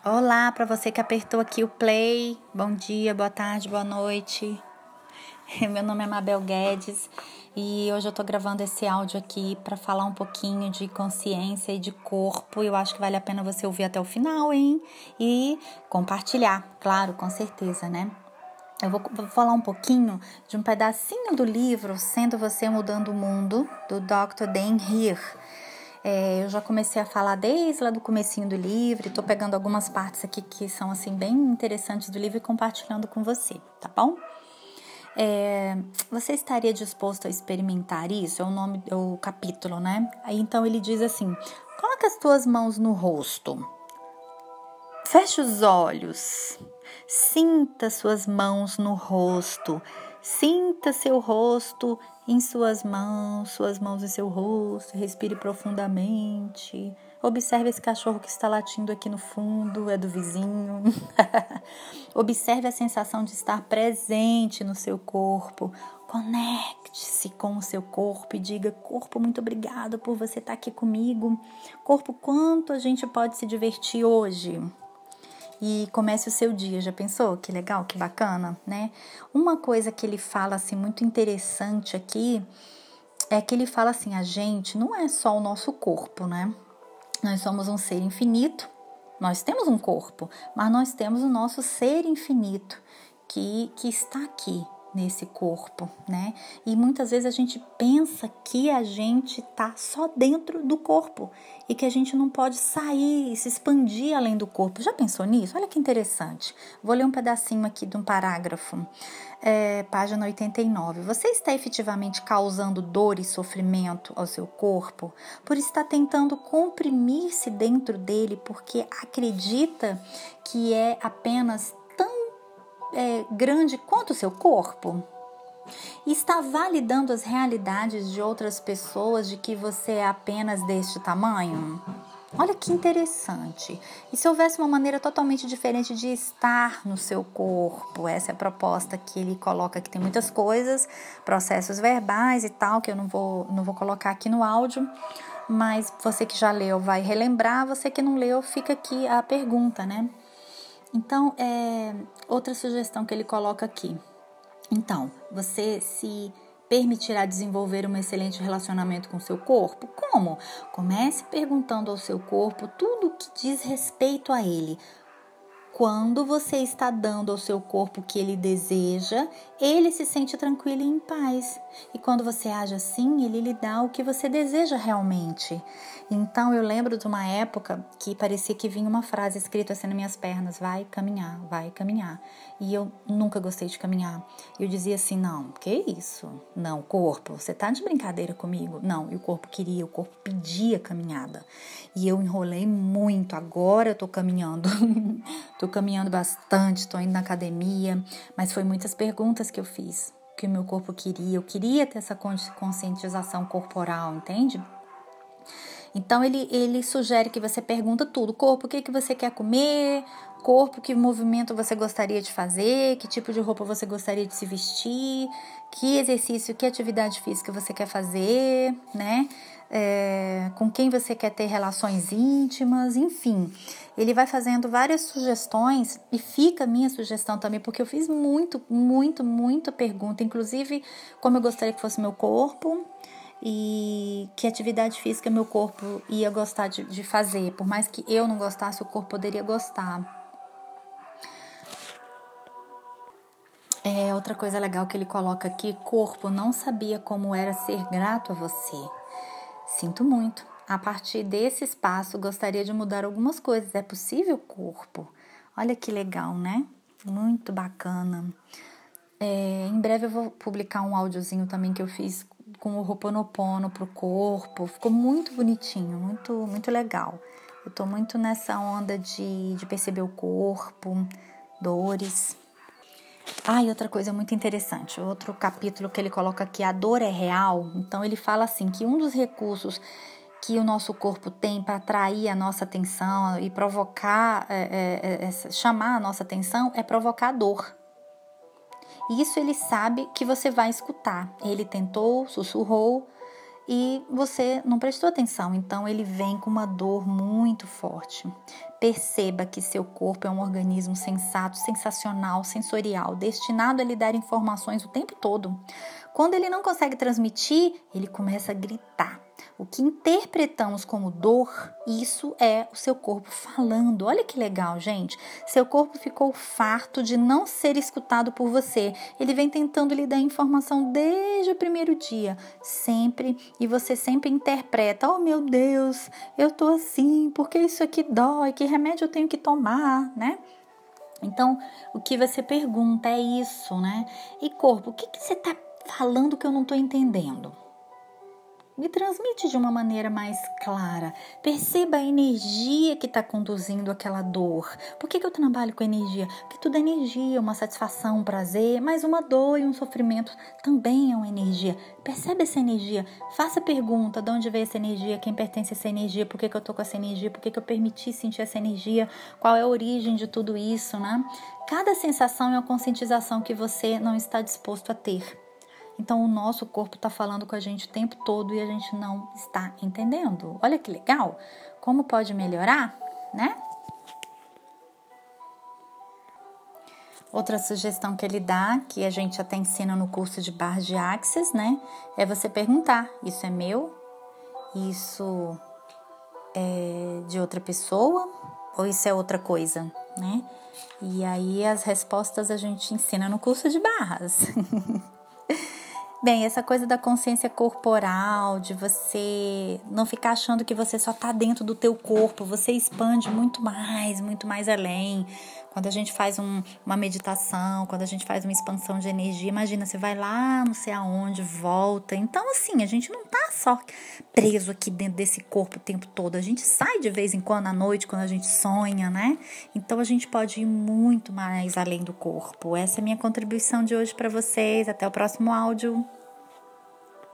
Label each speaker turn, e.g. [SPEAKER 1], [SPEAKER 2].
[SPEAKER 1] Olá, para você que apertou aqui o play. Bom dia, boa tarde, boa noite. Meu nome é Mabel Guedes e hoje eu tô gravando esse áudio aqui para falar um pouquinho de consciência e de corpo. Eu acho que vale a pena você ouvir até o final, hein? E compartilhar, claro, com certeza, né? Eu vou falar um pouquinho de um pedacinho do livro Sendo Você Mudando o Mundo, do Dr. Dan Heer. Eu já comecei a falar desde lá do comecinho do livro, tô pegando algumas partes aqui que são assim bem interessantes do livro e compartilhando com você, tá bom? Você estaria disposto a experimentar isso? É o nome, é o capítulo, né? Aí então ele diz assim: coloca as tuas mãos no rosto, feche os olhos, sinta suas mãos no rosto, sinta seu rosto em suas mãos em seu rosto, respire profundamente. Observe esse cachorro que está latindo aqui no fundo, é do vizinho. Observe a sensação de estar presente no seu corpo. Conecte-se com o seu corpo e diga: corpo, muito obrigado por você estar aqui comigo. Corpo, quanto a gente pode se divertir hoje? E comece o seu dia. Já pensou? Que legal, que bacana, né? Uma coisa que ele fala assim muito interessante aqui é que ele fala assim: a gente não é só o nosso corpo, né? Nós somos um ser infinito. Nós temos um corpo, mas nós temos o nosso ser infinito que está aqui nesse corpo, né? E muitas vezes a gente pensa que a gente tá só dentro do corpo e que a gente não pode sair e se expandir além do corpo. Já pensou nisso? Olha que interessante. Vou ler um pedacinho aqui de um parágrafo, página 89. Você está efetivamente causando dor e sofrimento ao seu corpo por estar tentando comprimir-se dentro dele porque acredita que é apenas grande quanto o seu corpo? E está validando as realidades de outras pessoas de que você é apenas deste tamanho? Olha que interessante. E se houvesse uma maneira totalmente diferente de estar no seu corpo? Essa é a proposta que ele coloca, que tem muitas coisas, processos verbais e tal, que eu não vou colocar aqui no áudio, mas você que já leu vai relembrar, você que não leu, fica aqui a pergunta, né? Então, outra sugestão que ele coloca aqui. Então, você se permitirá desenvolver um excelente relacionamento com o seu corpo? Como? Comece perguntando ao seu corpo tudo o que diz respeito a ele. Quando você está dando ao seu corpo o que ele deseja, ele se sente tranquilo e em paz. E quando você age assim, ele lhe dá o que você deseja realmente. Então, eu lembro de uma época que parecia que vinha uma frase escrita assim nas minhas pernas: vai caminhar, vai caminhar. E eu nunca gostei de caminhar. Eu dizia assim: não, que isso? Não, corpo, você tá de brincadeira comigo? Não, e o corpo queria, o corpo pedia caminhada. E eu enrolei muito, agora eu tô caminhando. Tô caminhando bastante, tô indo na academia, mas foi muitas perguntas que eu fiz, que o meu corpo queria. Eu queria ter essa conscientização corporal, entende? Então, ele sugere que você pergunta tudo. Corpo, o que você quer comer? Corpo, que movimento você gostaria de fazer? Que tipo de roupa você gostaria de se vestir? Que exercício, que atividade física você quer fazer, né? Com quem você quer ter relações íntimas, enfim. Ele vai fazendo várias sugestões e fica a minha sugestão também, porque eu fiz muita pergunta, inclusive como eu gostaria que fosse meu corpo, e que atividade física meu corpo ia gostar de fazer. Por mais que eu não gostasse, o corpo poderia gostar. Outra coisa legal que ele coloca aqui: corpo, não sabia como era ser grato a você. Sinto muito. A partir desse espaço, gostaria de mudar algumas coisas. É possível, corpo? Olha que legal, né? Muito bacana. Em breve eu vou publicar um áudiozinho também que eu fiz com o Ho'oponopono pro corpo. Ficou muito bonitinho, muito legal. Eu tô muito nessa onda de perceber o corpo, dores. E outra coisa muito interessante, outro capítulo que ele coloca aqui: a dor é real. Então ele fala assim, que um dos recursos que o nosso corpo tem para atrair a nossa atenção e provocar, chamar a nossa atenção, é provocar dor. E isso ele sabe que você vai escutar. Ele tentou, sussurrou, e você não prestou atenção, então ele vem com uma dor muito forte. Perceba que seu corpo é um organismo sensato, sensacional, sensorial, destinado a lhe dar informações o tempo todo. Quando ele não consegue transmitir, ele começa a gritar. O que interpretamos como dor, isso é o seu corpo falando. Olha que legal, gente. Seu corpo ficou farto de não ser escutado por você. Ele vem tentando lhe dar informação desde o primeiro dia, sempre, e você sempre interpreta: oh meu Deus, eu tô assim, porque isso aqui dói, que remédio eu tenho que tomar, né? Então, o que você pergunta é isso, né? E corpo, o que você tá falando que eu não tô entendendo? Me transmite de uma maneira mais clara. Perceba a energia que está conduzindo aquela dor. Por que eu trabalho com energia? Porque tudo é energia, uma satisfação, um prazer, mas uma dor e um sofrimento também é uma energia. Percebe essa energia? Faça pergunta: de onde veio essa energia? Quem pertence a essa energia? Por que eu estou com essa energia? Por que eu permiti sentir essa energia? Qual é a origem de tudo isso, né? Cada sensação é uma conscientização que você não está disposto a ter. Então, o nosso corpo está falando com a gente o tempo todo e a gente não está entendendo. Olha que legal! Como pode melhorar, né? Outra sugestão que ele dá, que a gente até ensina no curso de Barras de Axis, né? É você perguntar: isso é meu? Isso é de outra pessoa? Ou isso é outra coisa, né? E aí as respostas a gente ensina no curso de Barras. Bem, essa coisa da consciência corporal, de você não ficar achando que você só está dentro do teu corpo, você expande muito mais além. Quando a gente faz uma meditação, quando a gente faz uma expansão de energia, imagina, você vai lá não sei aonde, volta. Então, assim, a gente não tá só preso aqui dentro desse corpo o tempo todo. A gente sai de vez em quando à noite, quando a gente sonha, né? Então, a gente pode ir muito mais além do corpo. Essa é a minha contribuição de hoje para vocês. Até o próximo áudio.